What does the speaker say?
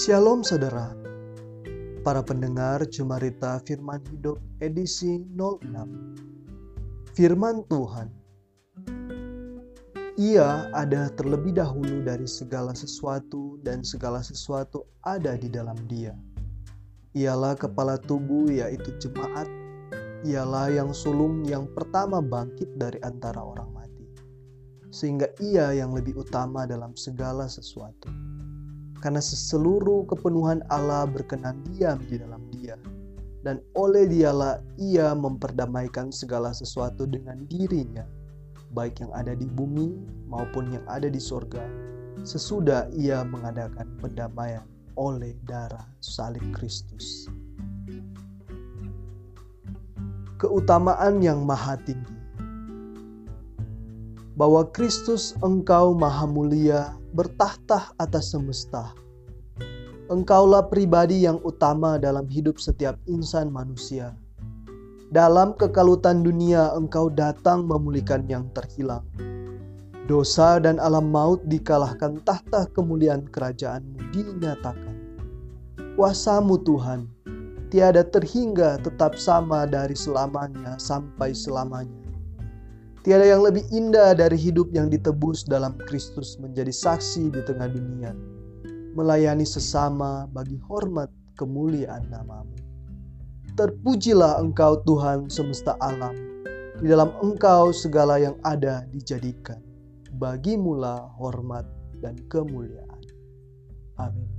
Shalom saudara, para pendengar Jumarita Firman Hidup edisi 06. Firman Tuhan, Ia ada terlebih dahulu dari segala sesuatu dan segala sesuatu ada di dalam Dia. Ialah kepala tubuh yaitu jemaat, ialah yang sulung yang pertama bangkit dari antara orang mati, sehingga Ia yang lebih utama dalam segala sesuatu. Karena seluruh kepenuhan Allah berkenan diam di dalam Dia, dan oleh Dialah Ia memperdamaikan segala sesuatu dengan dirinya, baik yang ada di bumi maupun yang ada di sorga, sesudah Ia mengadakan pendamaian oleh darah salib Kristus. Keutamaan yang maha tinggi, bahwa Kristus Engkau maha mulia bertahta atas semesta. Engkaulah pribadi yang utama dalam hidup setiap insan manusia. Dalam kekalutan dunia Engkau datang memulihkan yang terhilang. Dosa dan alam maut dikalahkan, tahta kemuliaan kerajaan-Mu dinyatakan. Kuasa-Mu Tuhan tiada terhingga, tetap sama dari selamanya sampai selamanya. Tiada yang lebih indah dari hidup yang ditebus dalam Kristus menjadi saksi di tengah dunia, melayani sesama bagi hormat kemuliaan nama-Mu. Terpujilah Engkau Tuhan semesta alam, di dalam Engkau segala yang ada dijadikan, bagi-Mulah hormat dan kemuliaan. Amin.